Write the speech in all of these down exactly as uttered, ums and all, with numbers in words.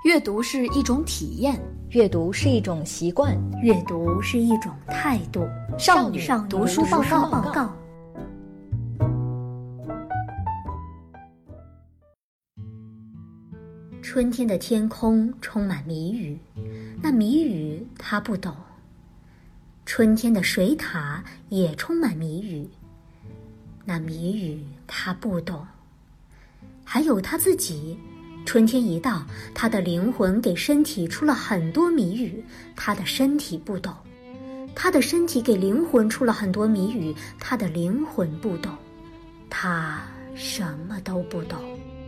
阅读是一种体验， 阅读是一种习惯， 阅读是一种态度。 少女读书报告。 报告春天的天空充满谜语，那谜语他不懂。春天的水塔也充满谜语，那谜语他不懂。还有他自己，春天一到，他的灵魂给身体出了很多谜语，他的身体不懂。他的身体给灵魂出了很多谜语，他的灵魂不懂。他什么都不懂。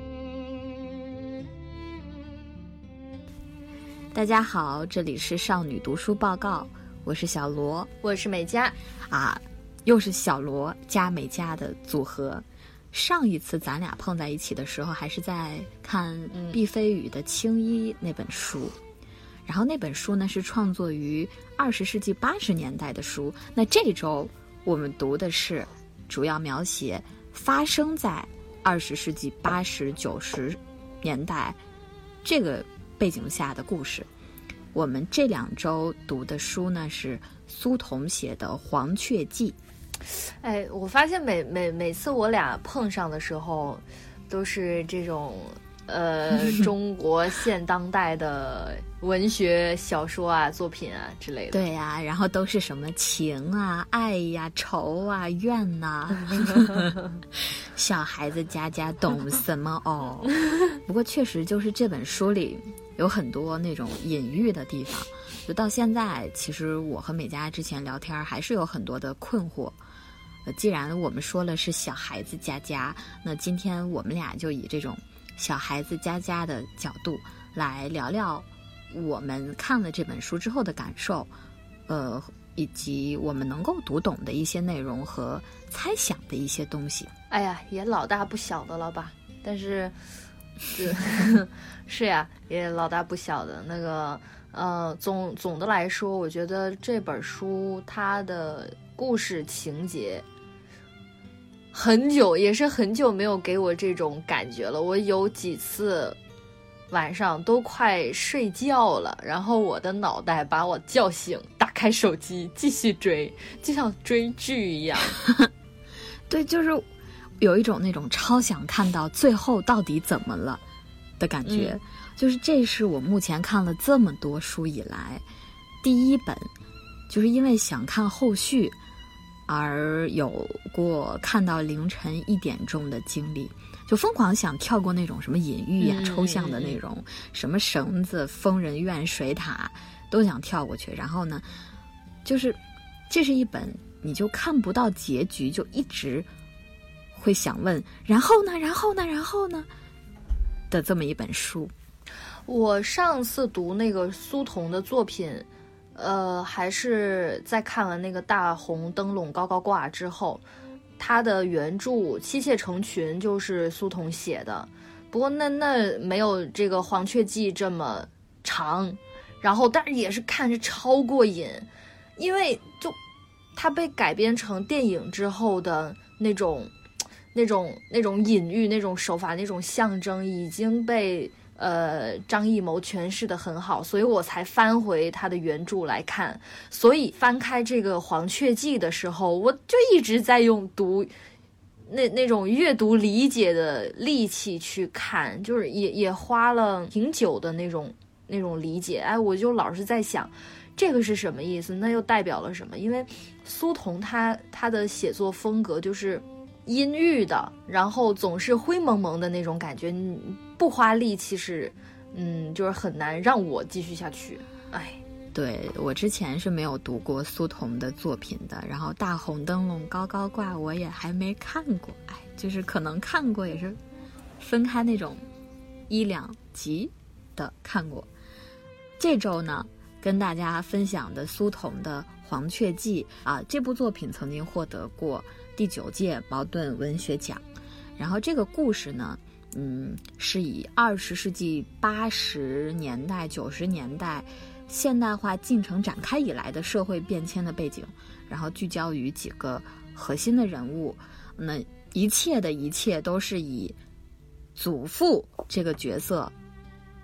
大家好，这里是少女读书报告，我是小罗， 我是美嘉啊，又是小罗加美嘉的组合。上一次咱俩碰在一起的时候，还是在看毕飞宇的《青衣》那本书，然后那本书呢是创作于二十世纪八十年代的书。那这周我们读的是主要描写发生在二十世纪八十九十年代这个背景下的故事。我们这两周读的书呢是苏童写的《黄雀记》。 哎，我发现每每每次我俩碰上的时候，都是这种呃中国现当代的文学小说啊、作品啊之类的。 对呀、啊，然后都是什么情啊、爱呀、愁啊、怨呐、啊，小孩子家家懂什么哦？不过确实就是这本书里有很多那种隐喻的地方，就到现在，其实我和美嘉之前聊天还是有很多的困惑。呃，既然我们说了是小孩子家家，那今天我们俩就以这种小孩子家家的角度来聊聊我们看了这本书之后的感受，呃，以及我们能够读懂的一些内容和猜想的一些东西。 哎呀，也老大不小的了吧？但是，是是呀，也老大不小的那个。呃，总总的来说，我觉得这本书它的故事情节很久也是很久没有给我这种感觉了。我有几次晚上都快睡觉了，然后我的脑袋把我叫醒，打开手机继续追，就像追剧一样。 对，就是有一种那种超想看到最后到底怎么了的感觉。嗯，就是这是我目前看了这么多书以来第一本，就是因为想看后续而有过看到凌晨一点钟的经历，就疯狂想跳过那种什么隐喻呀、啊、抽象的内容，什么绳子、疯人院、水塔都想跳过去。然后呢，就是这是一本你就看不到结局，就一直会想问然后呢然后呢然后呢的这么一本书。 我上次读那个苏童的作品，呃，还是在看了那个大红灯笼高高挂之后，他的原著《妻妾成群》就是苏童写的，不过那那没有这个《黄雀记》这么长，然后但是也是看着超过瘾，因为就它被改编成电影之后的那种那种那种隐喻、那种手法、那种象征已经被呃，张艺谋诠释得很好，所以我才翻回他的原著来看。所以翻开这个《黄雀记》的时候，我就一直在用读那那种阅读理解的力气去看，就是也也花了挺久的那种那种理解。哎，我就老是在想，这个是什么意思？那又代表了什么？因为苏童他他的写作风格就是阴郁的，然后总是灰蒙蒙的那种感觉，你不花力气是，嗯，就是很难让我继续下去。哎， 对，我之前是没有读过苏童的作品的，然后大红灯笼高高挂我也还没看过，哎，就是可能看过也是分开那种一两集的看过。这周呢，跟大家分享的苏童的《黄雀记》啊，这部作品曾经获得过第九届茅盾文学奖。然后这个故事呢，嗯，是以二十世纪八十年代、九十年代现代化进程展开以来的社会变迁的背景，然后聚焦于几个核心的人物。那一切的一切都是以祖父这个角色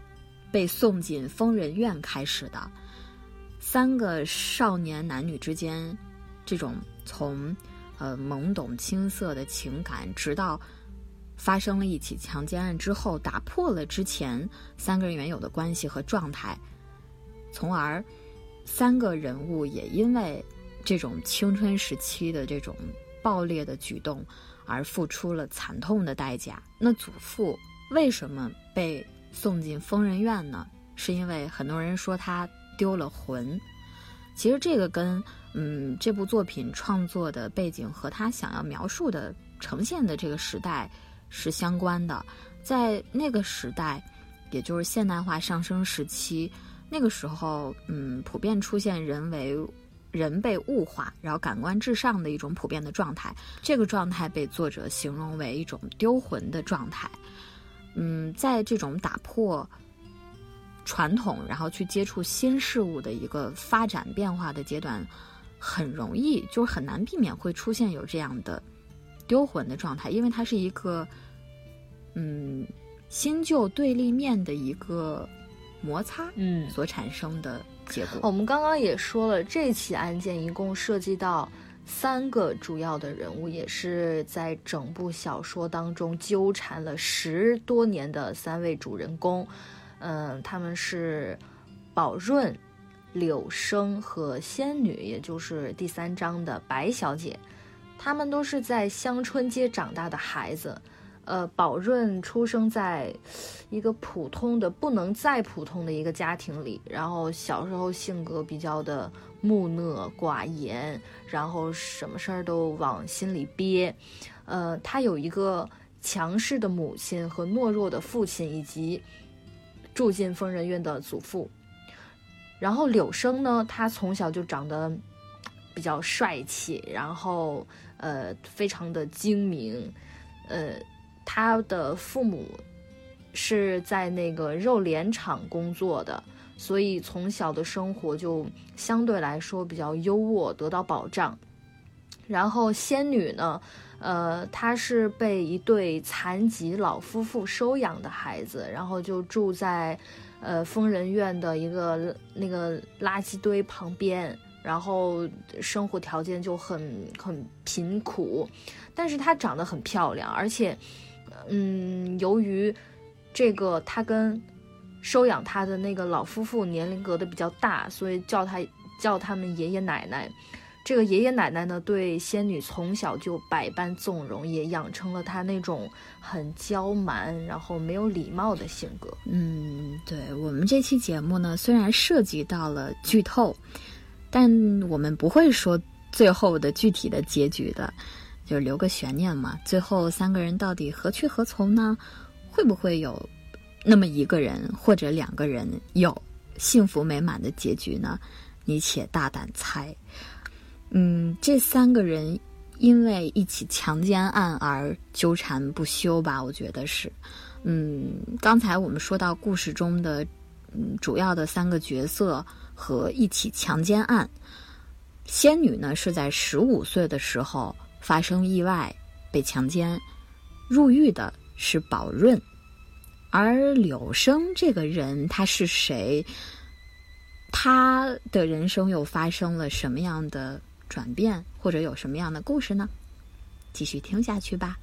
被送进疯人院开始的。三个少年男女之间，这种从呃懵懂青涩的情感，直到发生了一起强奸案之后，打破了之前三个人原有的关系和状态，从而三个人物也因为这种青春时期的这种暴烈的举动而付出了惨痛的代价。那祖父为什么被送进疯人院呢？是因为很多人说他丢了魂。其实这个跟嗯这部作品创作的背景和他想要描述的呈现的这个时代是相关的。在那个时代，也就是现代化上升时期，那个时候嗯普遍出现人为人被物化，然后感官至上的一种普遍的状态。这个状态被作者形容为一种丢魂的状态。嗯，在这种打破传统，然后去接触新事物的一个发展变化的阶段，很容易就是很难避免会出现有这样的丢魂的状态，因为它是一个嗯新旧对立面的一个摩擦，嗯，所产生的结果。 我们刚刚也说了，这起案件一共涉及到三个主要的人物，也是在整部小说当中纠缠了十多年的三位主人公。嗯，他们是宝润、柳生和仙女，也就是第三章的白小姐。他们都是在香春街长大的孩子。呃，宝润出生在一个普通的不能再普通的一个家庭里，然后小时候性格比较的木讷寡言，然后什么事儿都往心里憋。呃，他有一个强势的母亲和懦弱的父亲，以及住进疯人院的祖父。然后柳生呢，他从小就长得比较帅气，然后呃非常的精明。呃他的父母是在那个肉联厂工作的，所以从小的生活就相对来说比较优渥，得到保障。然后仙女呢，呃，她是被一对残疾老夫妇收养的孩子，然后就住在呃疯人院的一个那个垃圾堆旁边，然后生活条件就很很贫苦，但是她长得很漂亮，而且嗯，由于这个她跟收养她的那个老夫妇年龄隔得比较大，所以叫她叫他们爷爷奶奶。这个爷爷奶奶呢，对仙女从小就百般纵容，也养成了她那种很娇蛮然后没有礼貌的性格。 嗯，对，我们这期节目呢，虽然涉及到了剧透，但我们不会说最后的具体的结局的，就是留个悬念嘛。最后三个人到底何去何从呢？会不会有那么一个人或者两个人有幸福美满的结局呢？你且大胆猜。嗯，这三个人因为一起强奸案而纠缠不休吧，我觉得是。嗯，刚才我们说到故事中的嗯主要的三个角色和一起强奸案，仙女呢是在十五岁的时候发生意外被强奸，入狱的是宝润。而柳生这个人他是谁？他的人生又发生了什么样的转变，或者有什么样的故事呢？继续听下去吧。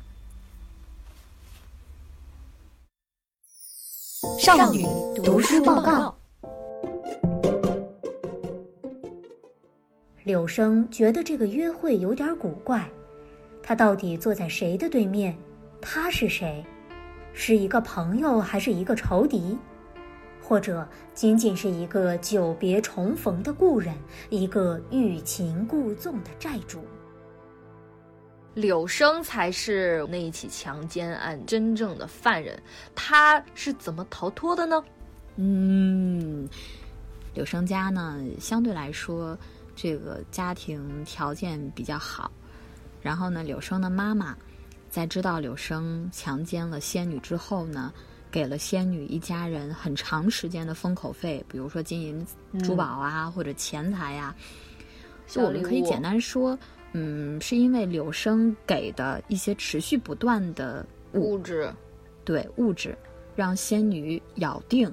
少女读书报告。柳生觉得这个约会有点古怪，他到底坐在谁的对面？他是谁？是一个朋友还是一个仇敌？或者仅仅是一个久别重逢的故人，一个欲擒故纵的债主？ 柳生才是那一起强奸案真正的犯人，他是怎么逃脱的呢？ 嗯，柳生家呢，相对来说这个家庭条件比较好，然后呢，柳生的妈妈在知道柳生强奸了仙女之后呢，给了仙女一家人很长时间的封口费，比如说金银珠宝啊、嗯、或者钱财呀、啊。就我们可以简单说，嗯，是因为柳生给的一些持续不断的物质， 对物质，让仙女咬定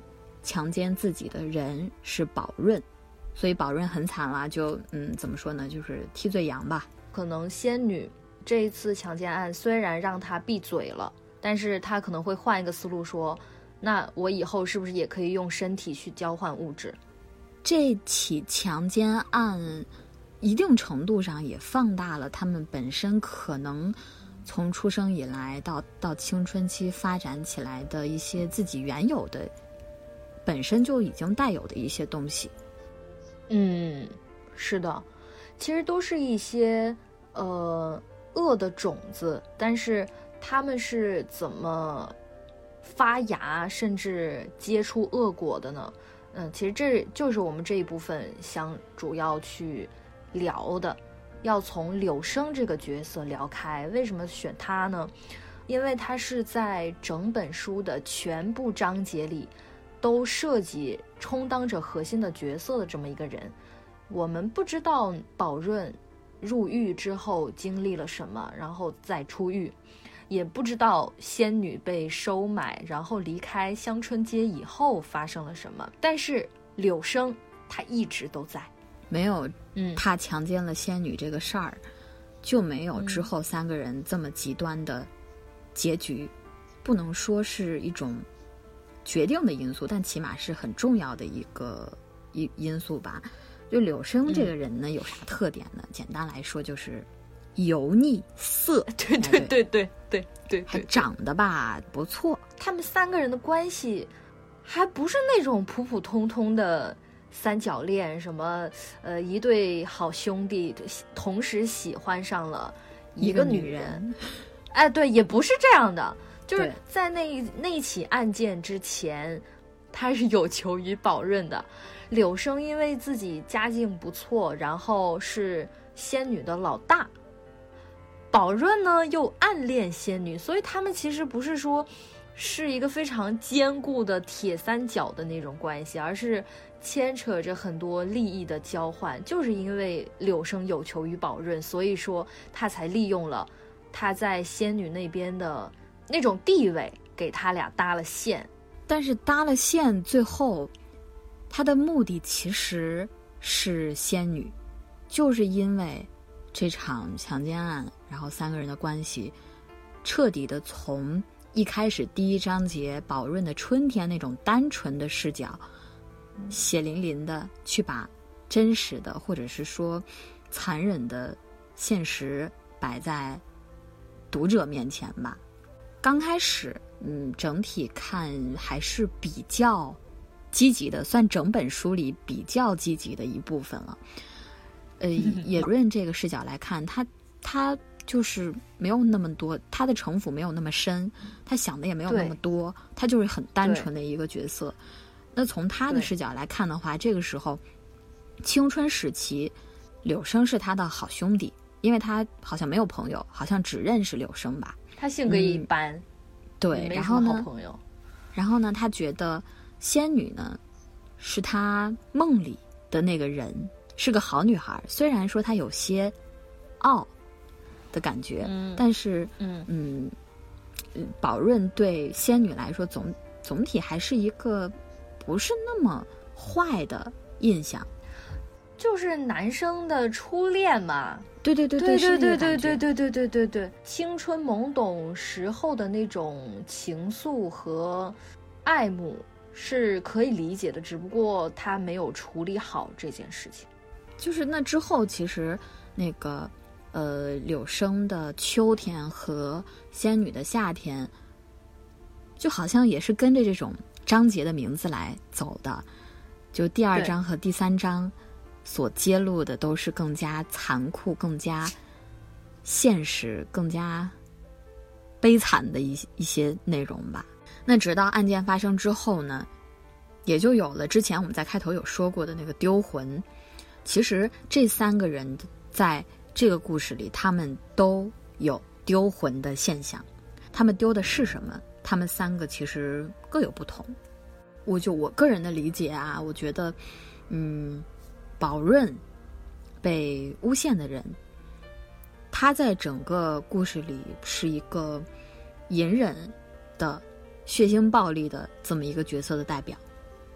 强奸自己的人是宝润，所以宝润很惨了，就嗯怎么说呢，就是替罪羊吧。 可能仙女这一次强奸案虽然让他闭嘴了，但是他可能会换一个思路说，那我以后是不是也可以用身体去交换物质？ 这起强奸案一定程度上也放大了他们本身可能从出生以来到到青春期发展起来的一些自己原有的本身就已经带有的一些东西。 嗯，是的，其实都是一些呃恶的种子，但是他们是怎么发芽甚至结出恶果的呢？嗯，其实这就是我们这一部分想主要去聊的，要从柳生这个角色聊开。为什么选他呢？因为他是在整本书的全部章节里都涉及充当着核心的角色的这么一个人。我们不知道宝润入狱之后经历了什么，然后再出狱，也不知道仙女被收买然后离开香春街以后发生了什么，但是柳生他一直都在。 没有嗯， 他强奸了仙女这个事儿，就没有之后三个人这么极端的结局。不能说是一种决定的因素，但起码是很重要的一个因因素吧。就柳生这个人呢，有啥特点呢？简单来说就是油腻色， 对对对对对对， 还长得吧不错。 他们三个人的关系还不是那种普普通通的三角恋，什么呃一对好兄弟同时喜欢上了一个女人， 女人哎，对，也不是这样的。就是在那那一起案件之前，他是有求于宝润的。柳生因为自己家境不错，然后是仙女的老大，宝润呢又暗恋仙女，所以他们其实不是说是一个非常坚固的铁三角的那种关系，而是牵扯着很多利益的交换。就是因为柳生有求于宝润，所以说他才利用了他在仙女那边的那种地位，给他俩搭了线。 但是搭了线，最后他的目的其实是仙女，就是因为这场强奸案，然后三个人的关系彻底的从一开始第一章节宝润的春天那种单纯的视角，血淋淋的去把真实的或者是说残忍的现实摆在读者面前吧。刚开始嗯，整体看还是比较积极的，算整本书里比较积极的一部分了。呃，也论这个视角来看，他他就是没有那么多，他的城府没有那么深，他想的也没有那么多，他就是很单纯的一个角色。那从他的视角来看的话，这个时候青春时期，柳生是他的好兄弟，因为他好像没有朋友，好像只认识柳生吧。 他性格一般，嗯、 对， 没然后呢， 好朋友。 然后呢，他觉得仙女呢是他梦里的那个人，是个好女孩。虽然说她有些傲的感觉， 嗯、 但是嗯嗯，宝润对仙女来说总总体还是一个不是那么坏的印象， 就是男生的初恋嘛。 对对对对对对对对对对对对对对，青春懵懂时候的那种情愫和爱慕是可以理解的，只不过他没有处理好这件事情。 就是那之后，其实那个呃柳生的秋天和仙女的夏天，就好像也是跟着这种章节的名字来走的，就第二章和第三章所揭露的都是更加残酷、更加现实、更加悲惨的一一些内容吧。那直到案件发生之后呢，也就有了之前我们在开头有说过的那个丢魂。其实这三个人在这个故事里，他们都有丢魂的现象。他们丢的是什么？他们三个其实各有不同。我就我个人的理解啊，我觉得，嗯，宝润被诬陷的人，他在整个故事里是一个隐忍的、血腥暴力的这么一个角色的代表。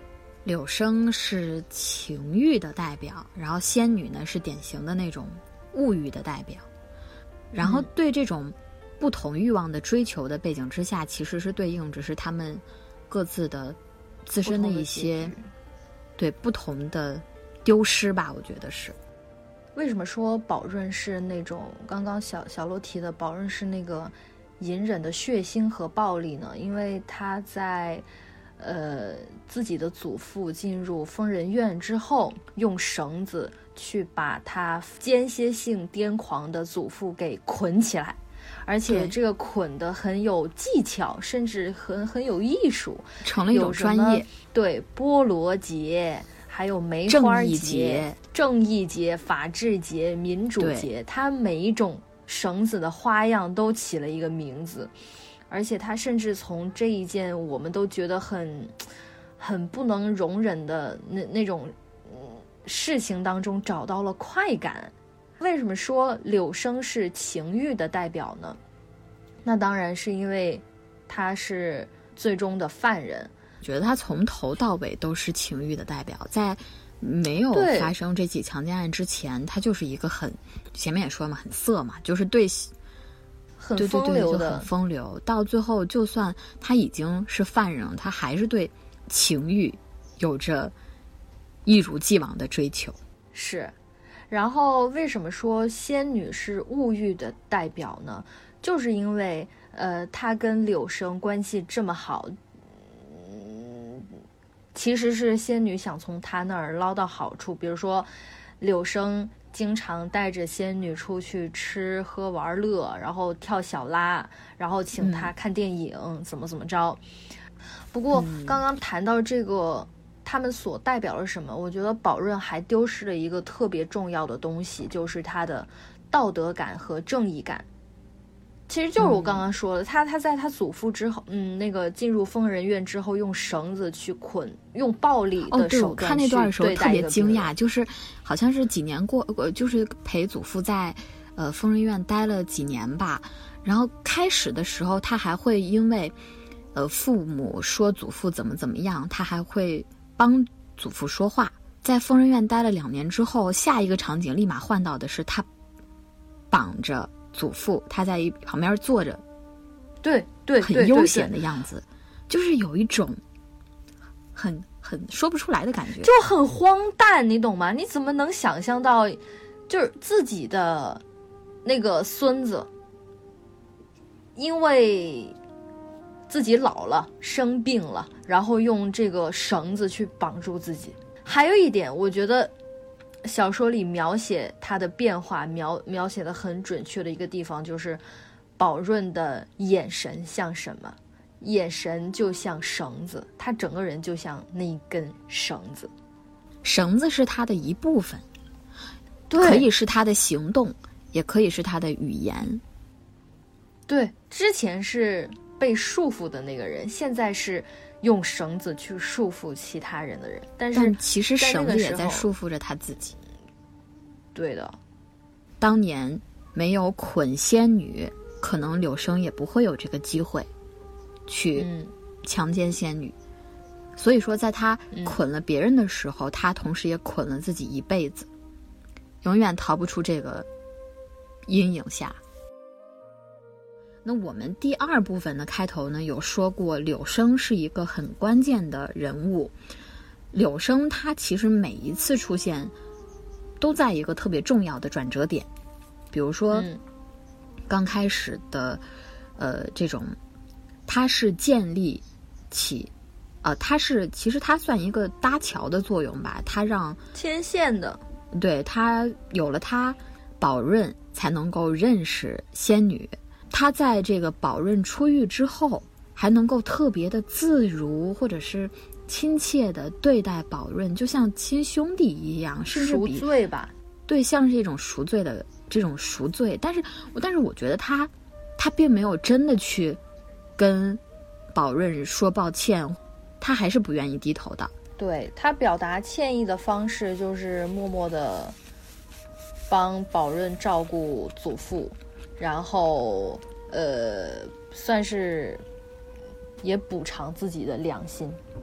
柳生是情欲的代表，然后仙女呢是典型的那种物欲的代表。然后对这种不同欲望的追求的背景之下，其实是对应只是他们各自的自身的一些对不同的丢失吧，我觉得是。 为什么说宝润是那种刚刚小小洛提的宝润是那个隐忍的血腥和暴力呢？因为他在呃自己的祖父进入疯人院之后，用绳子去把他间歇性癫狂的祖父给捆起来，而且这个捆的很有技巧，甚至很很有艺术， 成了一种专业。 对，菠萝节，还有梅花节、正义节、法治节、民主节，它每一种绳子的花样都起了一个名字，而且他甚至从这一件我们都觉得很很不能容忍的那那种事情当中找到了快感。为什么说柳生是情欲的代表呢？那当然是因为他是最终的犯人， 觉得他从头到尾都是情欲的代表。在没有发生这起强奸案之前，他就是一个很前面也说嘛，很色嘛，就是对很风流的， 对对对，很风流。到最后就算他已经是犯人，他还是对情欲有着一如既往的追求。 是。然后为什么说仙女是物欲的代表呢？就是因为呃，她跟柳生关系这么好，嗯，其实是仙女想从他那儿捞到好处。比如说柳生经常带着仙女出去吃喝玩乐，然后跳小拉，然后请她看电影，嗯、怎么怎么着。不过刚刚谈到这个他们所代表了什么，我觉得宝润还丢失了一个特别重要的东西，就是他的道德感和正义感。其实就是我刚刚说的，嗯、他他在他祖父之后，嗯，那个进入疯人院之后，用绳子去捆，用暴力的手段去对待一个病人。哦，对，我看那段的时候特别惊讶，就是好像是几年过，就是陪祖父在呃疯人院待了几年吧。然后开始的时候，他还会因为呃父母说祖父怎么怎么样，他还会帮祖父说话。在疯人院待了两年之后，下一个场景立马换到的是他绑着祖父，他在一旁边坐着， 对对， 很悠闲的样子，就是有一种很很说不出来的感觉， 就很荒诞，你懂吗？你怎么能想象到，就是自己的那个孙子，因为自己老了生病了，然后用这个绳子去绑住自己。还有一点，我觉得小说里描写他的变化描描写的很准确的一个地方，就是宝润的眼神像什么？眼神就像绳子，他整个人就像那一根绳子。 绳子是他的一部分， 对， 可以是他的行动，也可以是他的语言。 对，之前是被束缚的那个人，现在是用绳子去束缚其他人的人，但是但其实绳子也在束缚着他自己。 对的， 当年没有捆仙女，可能柳生也不会有这个机会去强奸仙女。嗯、所以说在他捆了别人的时候、嗯、他同时也捆了自己一辈子，永远逃不出这个阴影下。那我们第二部分的开头呢，有说过柳生是一个很关键的人物。柳生他其实每一次出现都在一个特别重要的转折点，比如说、嗯、刚开始的呃这种他是建立起呃他是其实他算一个搭桥的作用吧，他让牵线的， 对，他有了他宝润才能够认识仙女。他在这个宝润出狱之后还能够特别的自如或者是亲切的对待宝润，就像亲兄弟一样，甚至比赎罪吧， 对，像是这种赎罪的这种赎罪。但是但是我觉得他他并没有真的去跟宝润说抱歉，他还是不愿意低头的。 对，他表达歉意的方式就是默默的帮宝润照顾祖父，然后呃算是也补偿自己的良心。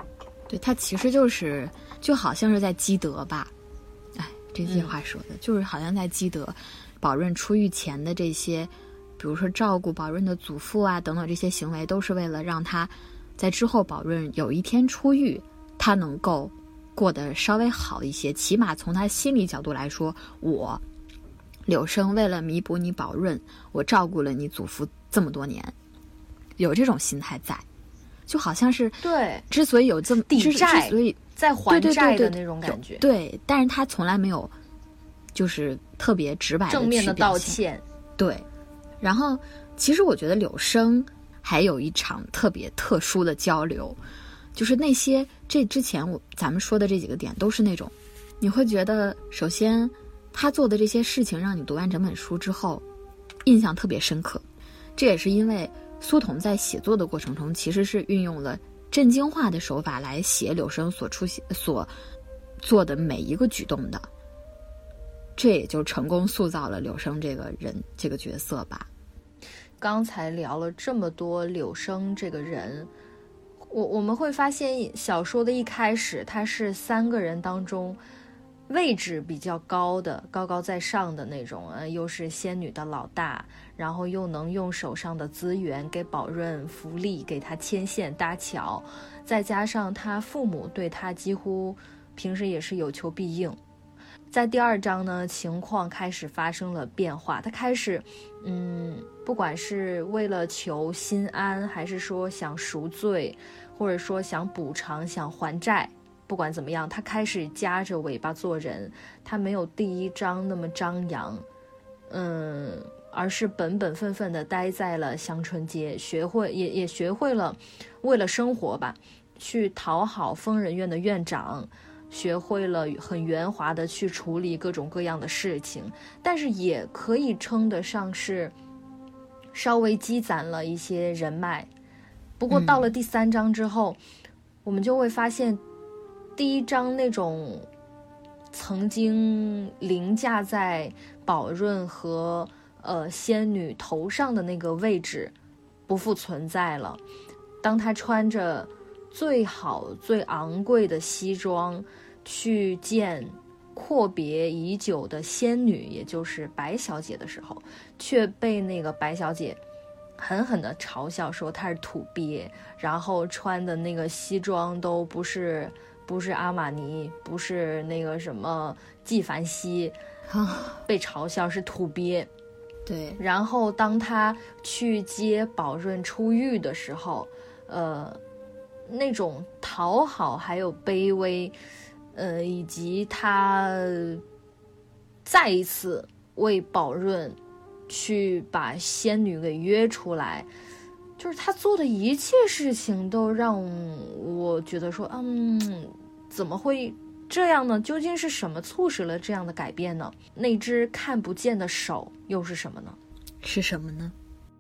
对，他其实就是就好像是在积德吧。哎，这句话说的、嗯、就是好像在积德。宝润出狱前的这些，比如说照顾宝润的祖父啊等等这些行为，都是为了让他在之后宝润有一天出狱，他能够过得稍微好一些，起码从他心理角度来说，我柳生为了弥补你宝润，我照顾了你祖父这么多年，有这种心态在，就好像是对， 之所以有这么抵债， 之所以在还债的那种感觉， 对, 对, 对, 对，但是他从来没有就是特别直白的正面的道歉， 对。然后其实我觉得柳生还有一场特别特殊的交流，就是那些这之前我咱们说的这几个点都是那种你会觉得首先他做的这些事情让你读完整本书之后印象特别深刻，这也是因为苏童在写作的过程中其实是运用了镇静化的手法来写柳生所出现所做的每一个举动的，这也就成功塑造了柳生这个人这个角色吧。 刚才聊了这么多柳生这个人，我我们会发现小说的一开始他是三个人当中位置比较高的，高高在上的那种，呃，又是仙女的老大，然后又能用手上的资源给宝润福利，给他牵线搭桥，再加上他父母对他几乎平时也是有求必应。在第二章呢，情况开始发生了变化，他开始嗯，不管是为了求心安，还是说想赎罪，或者说想补偿想还债，不管怎么样，他开始夹着尾巴做人，他没有第一章那么张扬，嗯，而是本本分分地待在了香春街，学会也也学会了为了生活吧，去讨好疯人院的院长，学会了很圆滑的去处理各种各样的事情，但是也可以称得上是稍微积攒了一些人脉。不过到了第三章之后、嗯、我们就会发现第一章那种曾经凌驾在宝润和呃仙女头上的那个位置不复存在了。当他穿着最好最昂贵的西装去见阔别已久的仙女，也就是白小姐的时候，却被那个白小姐狠狠地嘲笑说她是土鳖，然后穿的那个西装都不是不是阿玛尼，不是那个什么纪梵希，被嘲笑是土鳖。 对， 然后当他去接宝润出狱的时候，呃，那种讨好还有卑微，呃，以及他再一次为宝润去把仙女给约出来，就是他做的一切事情都让我觉得说，嗯，怎么会这样呢？究竟是什么促使了这样的改变呢？那只看不见的手又是什么呢？ 是什么呢？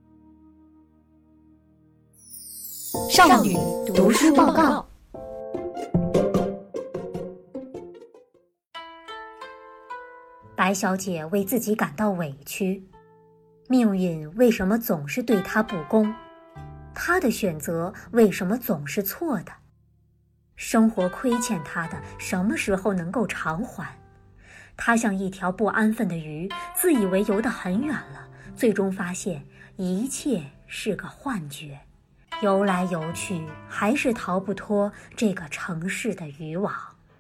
少女读书报告。白小姐为自己感到委屈，命运为什么总是对她不公？她的选择为什么总是错的？生活亏欠她的，什么时候能够偿还？她像一条不安分的鱼，自以为游得很远了，最终发现一切是个幻觉，游来游去，还是逃不脱这个城市的渔网。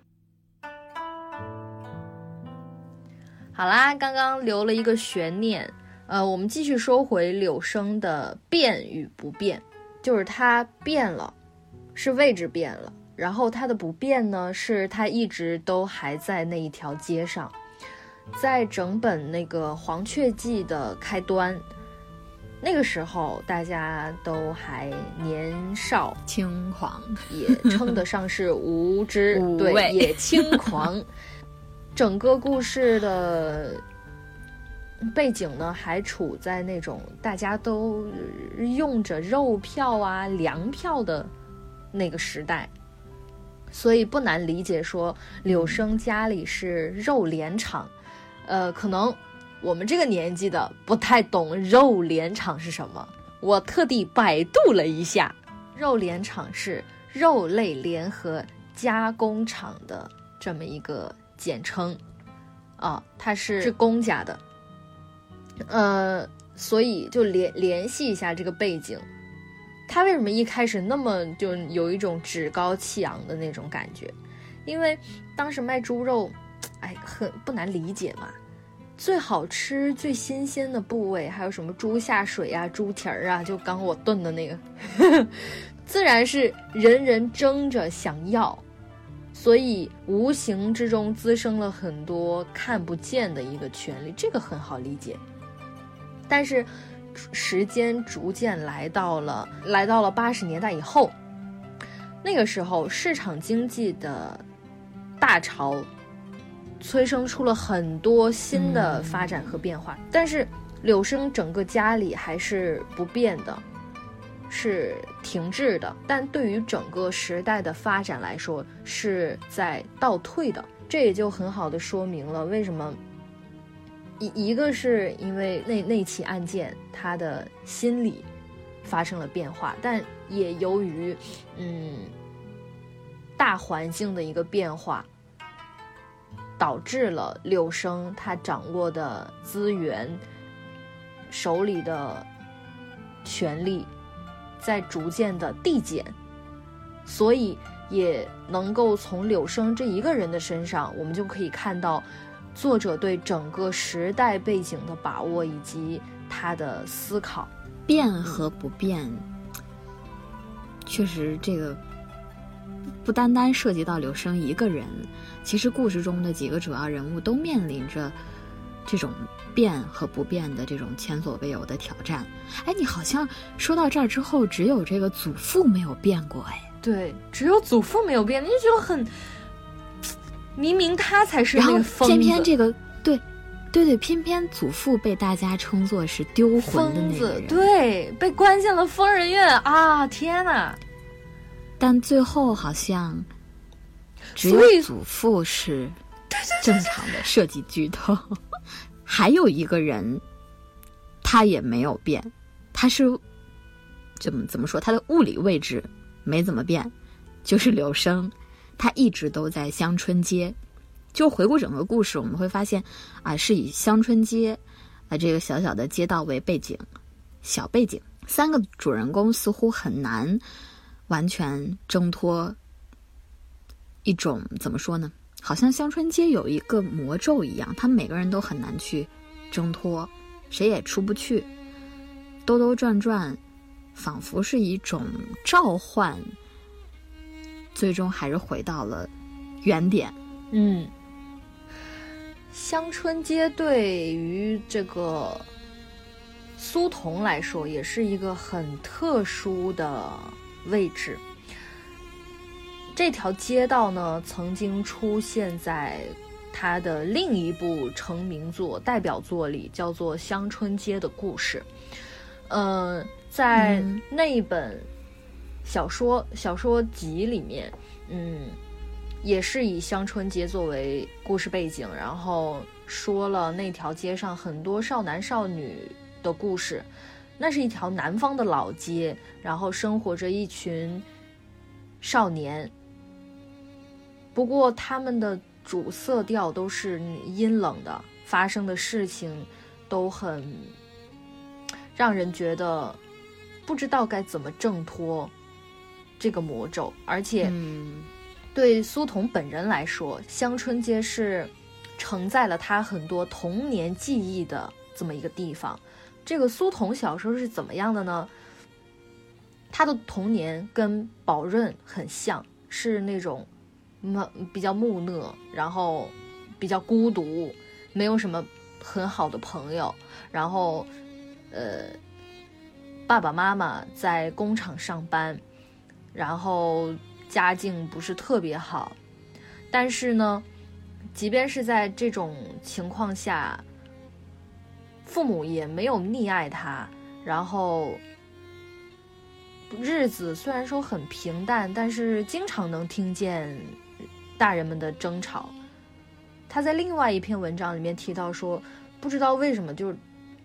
好啦，刚刚留了一个悬念，呃，我们继续说回柳生的变与不变，就是他变了，是位置变了，然后他的不变呢，是他一直都还在那一条街上。在整本那个《黄雀记》的开端，那个时候大家都还年少轻狂， 也称得上是无知对，也轻狂。整个故事的背景呢，还处在那种大家都用着肉票啊、粮票的那个时代，所以不难理解说柳生家里是肉联厂。呃，可能我们这个年纪的不太懂肉联厂是什么，我特地百度了一下，肉联厂是肉类联合加工厂的这么一个简称啊，它是是公家的，呃，所以就联联系一下这个背景，他为什么一开始那么就有一种趾高气扬的那种感觉？因为当时卖猪肉，哎，很不难理解嘛。最好吃、最新鲜的部位，还有什么猪下水啊、猪蹄儿啊，就刚我炖的那个，自然是人人争着想要。所以无形之中滋生了很多看不见的一个权利，这个很好理解。但是时间逐渐来到了来到了八十年代以后，那个时候市场经济的大潮催生出了很多新的发展和变化，嗯、但是柳生整个家里还是不变的，是停滞的，但对于整个时代的发展来说是在倒退的。这也就很好的说明了为什么一一个是因为那那起案件他的心理发生了变化，但也由于嗯大环境的一个变化，导致了柳生他掌握的资源手里的权力在逐渐的递减，所以也能够从柳生这一个人的身上，我们就可以看到作者对整个时代背景的把握以及他的思考。 变和不变，确实这个不单单涉及到柳生一个人，其实故事中的几个主要人物都面临着这种变和不变的这种前所未有的挑战。哎，你好像说到这儿之后，只有这个祖父没有变过。哎， 对，只有祖父没有变，你就觉得很，明明他才是那个疯子， 偏偏这个对对对，偏偏祖父被大家称作是丢魂的那个人， 对，被关进了疯人院啊！天哪！ 但最后好像只有祖父是正常的设计剧透，还有一个人他也没有变，他是怎么怎么说，他的物理位置没怎么变，就是柳生，他一直都在香春街。就回顾整个故事，我们会发现啊，是以香春街啊这个小小的街道为背景，小背景，三个主人公似乎很难完全挣脱一种怎么说呢？好像香春街有一个魔咒一样，他们每个人都很难去挣脱，谁也出不去，兜兜转转，仿佛是一种召唤，最终还是回到了原点。 嗯，香春街对于这个苏童来说也是一个很特殊的位置。这条街道呢，曾经出现在他的另一部成名作、代表作里，叫做《香春街的故事》。嗯、呃，在那一本小说、嗯、小说集里面，嗯，也是以香春街作为故事背景，然后说了那条街上很多少男少女的故事。那是一条南方的老街，然后生活着一群少年。不过他们的主色调都是阴冷的，发生的事情都很让人觉得不知道该怎么挣脱这个魔咒。而且对苏童本人来说，香春街是承载了他很多童年记忆的这么一个地方。这个苏童小时候是怎么样的呢？他的童年跟宝润很像，是那种比较木讷，然后比较孤独，没有什么很好的朋友，然后呃，爸爸妈妈在工厂上班，然后家境不是特别好，但是呢，即便是在这种情况下，父母也没有溺爱他，然后日子虽然说很平淡，但是经常能听见大人们的争吵。他在另外一篇文章里面提到说，不知道为什么，就是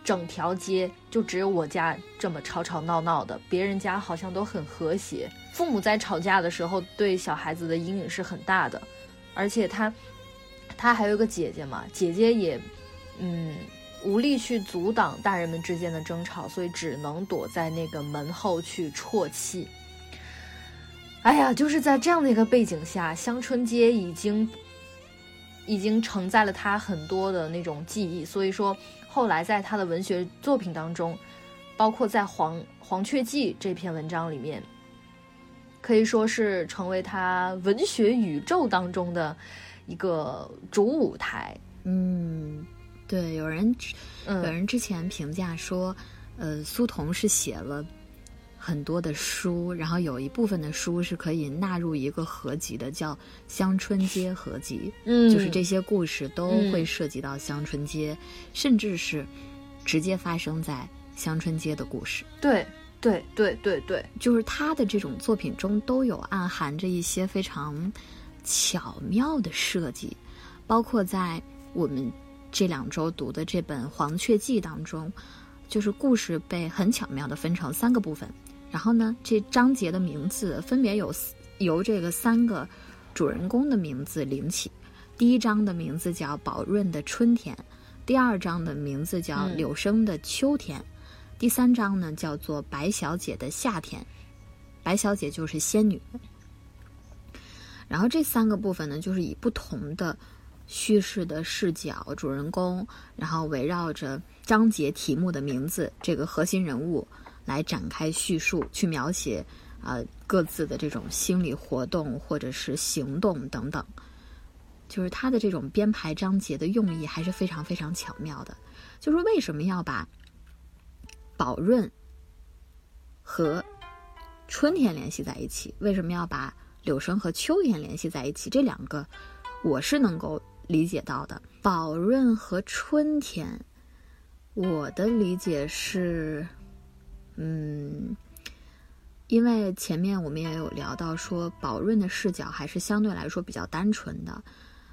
整条街就只有我家这么吵吵闹闹的，别人家好像都很和谐。父母在吵架的时候对小孩子的阴影是很大的，而且他他还有个姐姐嘛，姐姐也嗯无力去阻挡大人们之间的争吵，所以只能躲在那个门后去啜泣。哎呀，就是在这样的一个背景下，香春街已经已经承载了他很多的那种记忆，所以说后来在他的文学作品当中，包括在黄黄雀记这篇文章里面，可以说是成为他文学宇宙当中的一个主舞台。 嗯，对，有人有人之前评价说，呃，苏童是写了很多的书，然后有一部分的书是可以纳入一个合集的，叫香春街合集。嗯，就是这些故事都会涉及到香春街，嗯、甚至是直接发生在香春街的故事。 对对对对对， 就是他的这种作品中都有暗含着一些非常巧妙的设计，包括在我们这两周读的这本《黄雀记》当中，就是故事被很巧妙地分成三个部分，然后呢，这章节的名字分别有由这个三个主人公的名字领起。第一章的名字叫宝润的春天，第二章的名字叫柳生的秋天，嗯、第三章呢叫做白小姐的夏天。白小姐就是仙女。然后这三个部分呢，就是以不同的叙事的视角、主人公，然后围绕着章节题目的名字这个核心人物来展开叙述，去描写啊、呃、各自的这种心理活动或者是行动等等。就是他的这种编排章节的用意还是非常非常巧妙的。就是为什么要把宝润和春天联系在一起？为什么要把柳生和秋天联系在一起？这两个我是能够理解到的。宝润和春天，我的理解是，嗯，因为前面我们也有聊到说，宝润的视角还是相对来说比较单纯的。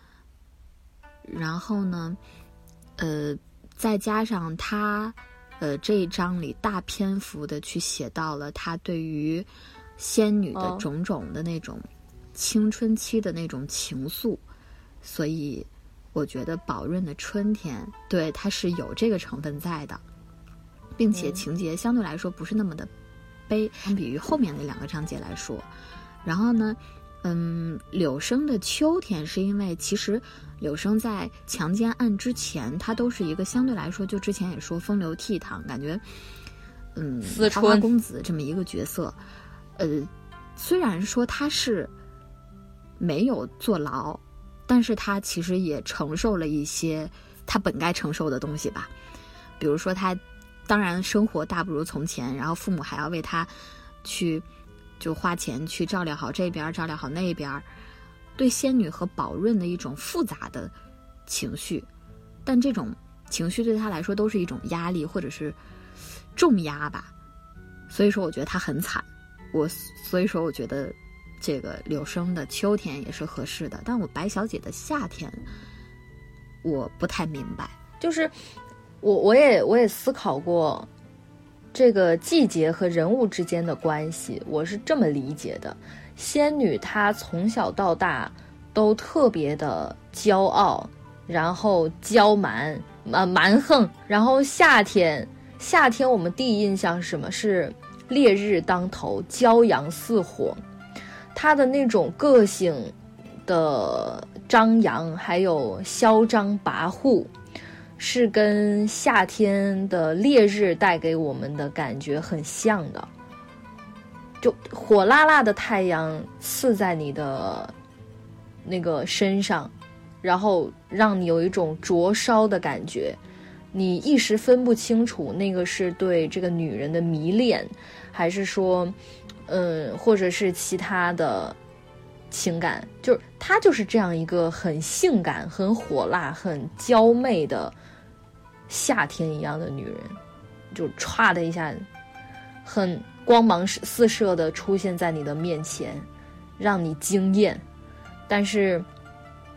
然后呢，呃，再加上他，呃，这一章里大篇幅的去写到了他对于仙女的种种的那种青春期的那种情愫，所以我觉得宝润的春天对它是有这个成分在的，并且情节相对来说不是那么的悲，相比于后面那两个章节来说。然后呢，嗯，柳生的秋天是因为其实柳生在强奸案之前，他都是一个相对来说，就之前也说风流倜傥，感觉嗯花花公子这么一个角色。呃，虽然说他是没有坐牢，但是他其实也承受了一些他本该承受的东西吧。比如说他当然生活大不如从前，然后父母还要为他去就花钱去照料好这边照料好那边，对仙女和宝润的一种复杂的情绪，但这种情绪对他来说都是一种压力或者是重压吧。所以说我觉得他很惨，我所以说我觉得这个柳生的秋天也是合适的，但我白小姐的夏天我不太明白。 就是我我也我也思考过这个季节和人物之间的关系，我是这么理解的。仙女她从小到大都特别的骄傲，然后骄蛮呃蛮横，然后夏天夏天我们第一印象是什么？是烈日当头，骄阳似火。她的那种个性的张扬还有嚣张跋扈，是跟夏天的烈日带给我们的感觉很像的，就火辣辣的太阳刺在你的那个身上，然后让你有一种灼烧的感觉，你一时分不清楚那个是对这个女人的迷恋，还是说嗯，或者是其他的情感。就是她就是这样一个很性感很火辣很娇媚的夏天一样的女人，就歘的一下很光芒四射的出现在你的面前，让你惊艳。但是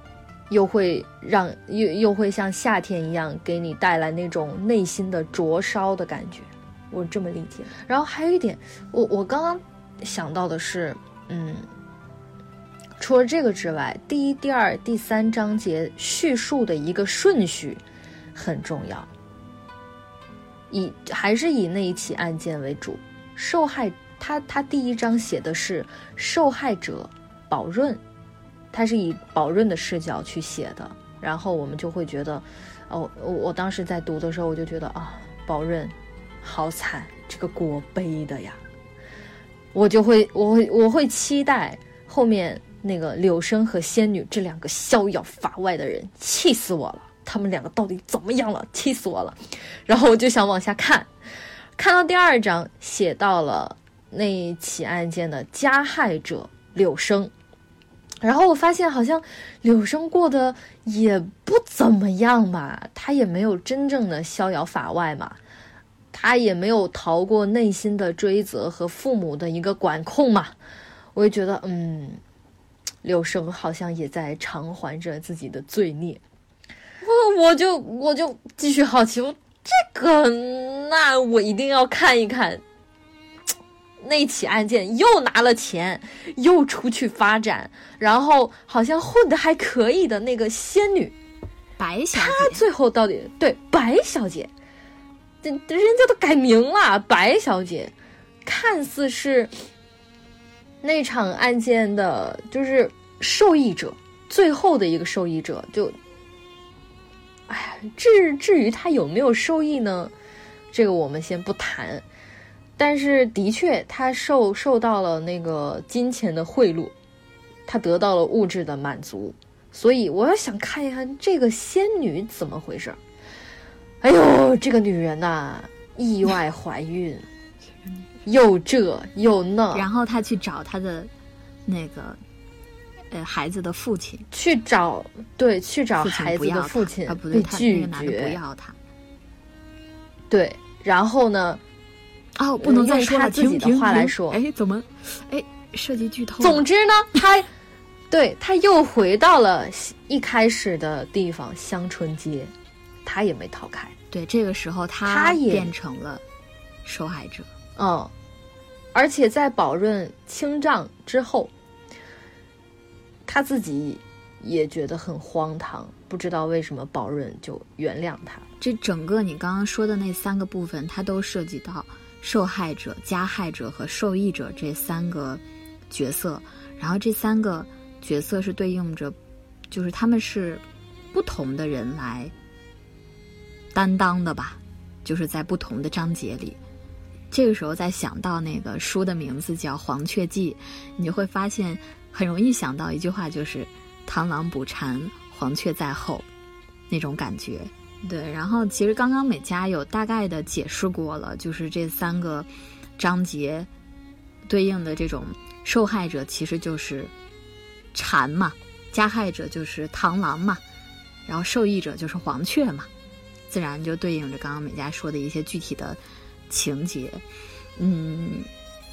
又会让又又会像夏天一样给你带来那种内心的灼烧的感觉，我这么理解。然后还有一点，我我刚刚想到的是，嗯，除了这个之外，第一、第二、第三章节叙述的一个顺序很重要，以还是以那一起案件为主。受害他他第一章写的是受害者宝润。他是以宝润的视角去写的，然后我们就会觉得，哦，我当时在读的时候，我就觉得啊，宝润好惨，这个锅背的呀，我就会，我会，我会期待后面那个柳生和仙女这两个逍遥法外的人，气死我了，他们两个到底怎么样了，气死我了，然后我就想往下看，看到第二章写到了那起案件的加害者柳生。然后我发现好像柳生过得也不怎么样嘛，他也没有真正的逍遥法外嘛，他也没有逃过内心的追责和父母的一个管控嘛。我就觉得嗯，柳生好像也在偿还着自己的罪孽。我我就我就继续好奇，我这个那我一定要看一看。那起案件又拿了钱，又出去发展，然后好像混得还可以的那个仙女白小姐， 她最后到底对白小姐，人人家都改名了，白小姐看似是那场案件的就是受益者，最后的一个受益者，就哎呀，至至于她有没有受益呢，这个我们先不谈。但是的确他受受到了那个金钱的贿赂，他得到了物质的满足，所以我要想看一看这个仙女怎么回事。哎呦，这个女人呐、啊，意外怀孕又这又那， 然后她去找她的那个呃孩子的父亲， 去找对去找孩子的父亲， 啊不对， 被拒绝， 那个男的不要他。 对，然后呢？ 哦，不能再说了， 用他自己的话来说， 哎，怎么，哎，涉及剧透？ 总之呢，他，对他又回到了一开始的地方香春街，他也没逃开。 对，这个时候他他也变成了受害者。 嗯，而且在宝润清账之后，他自己也觉得很荒唐，不知道为什么宝润就原谅他。 这整个你刚刚说的那三个部分，它都涉及到受害者、加害者和受益者这三个角色，然后这三个角色是对应着，就是他们是不同的人来担当的吧，就是在不同的章节里。这个时候再想到那个书的名字叫《黄雀记》，你就会发现很容易想到一句话，就是螳螂捕蝉，黄雀在后那种感觉。对，然后其实刚刚美嘉有大概的解释过了，就是这三个章节对应的这种受害者其实就是蝉嘛，加害者就是螳螂嘛，然后受益者就是黄雀嘛，自然就对应着刚刚美嘉说的一些具体的情节。嗯，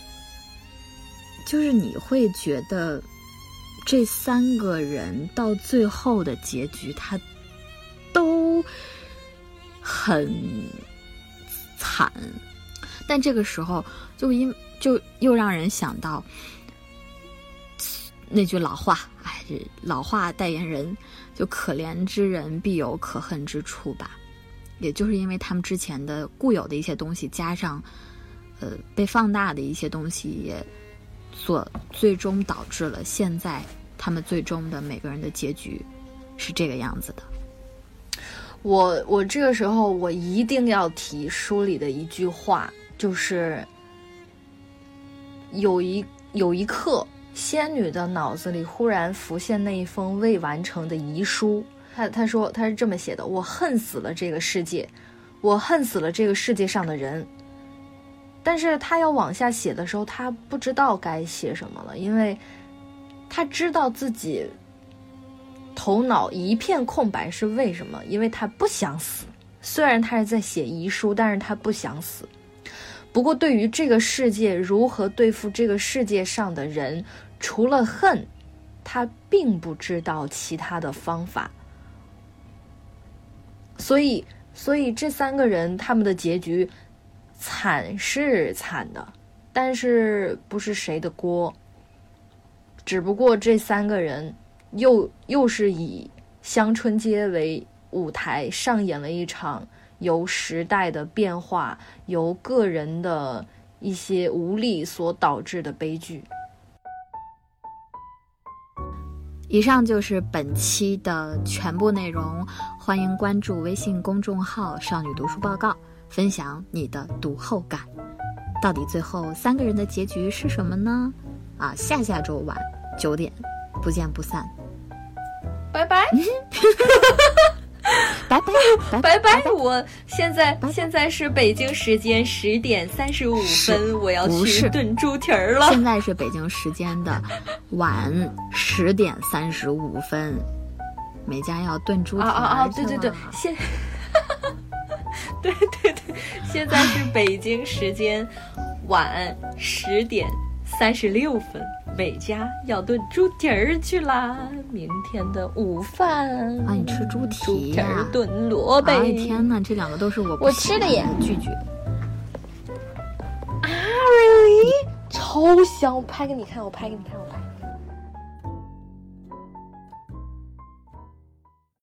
就是你会觉得这三个人到最后的结局他都很惨，但这个时候就因就又让人想到那句老话，哎，老话代言人就可怜之人必有可恨之处吧。也就是因为他们之前的固有的一些东西，加上呃被放大的一些东西，也所最终导致了现在他们最终的每个人的结局是这个样子的。 我我这个时候我一定要提书里的一句话，就是有一有一刻，仙女的脑子里忽然浮现那一封未完成的遗书。她她说她是这么写的：我恨死了这个世界，我恨死了这个世界上的人。但是她要往下写的时候，她不知道该写什么了，因为她知道自己头脑一片空白是为什么？因为他不想死。虽然他是在写遗书，但是他不想死。不过对于这个世界如何对付这个世界上的人，除了恨， 他并不知道其他的方法。所以所以这三个人他们的结局惨是惨的，但是不是谁的锅，只不过这三个人又又是以香春街为舞台上演了一场由时代的变化，由个人的一些无力所导致的悲剧。 以上就是本期的全部内容，欢迎关注微信公众号少女读书报告，分享你的读后感。到底最后三个人的结局是什么呢？啊，下下周晚九点不见不散， 拜拜拜拜拜拜拜拜！我现在拜拜现在是北京时间十点三十五分，我要去炖猪蹄儿了。 现在是北京时间的晚十点三十五分，美嘉要炖猪蹄儿。 啊啊啊！对对对，现对对对，现在是北京时间晚十点三十六分。美嘉要炖猪蹄儿去啦，明天的午饭啊！你吃猪蹄、啊、 猪蹄儿炖萝卜。 哎天哪，这两个都是我不我吃的耶， 拒绝。 啊 ，really， 超香！我拍给你看，我拍给你看，我拍。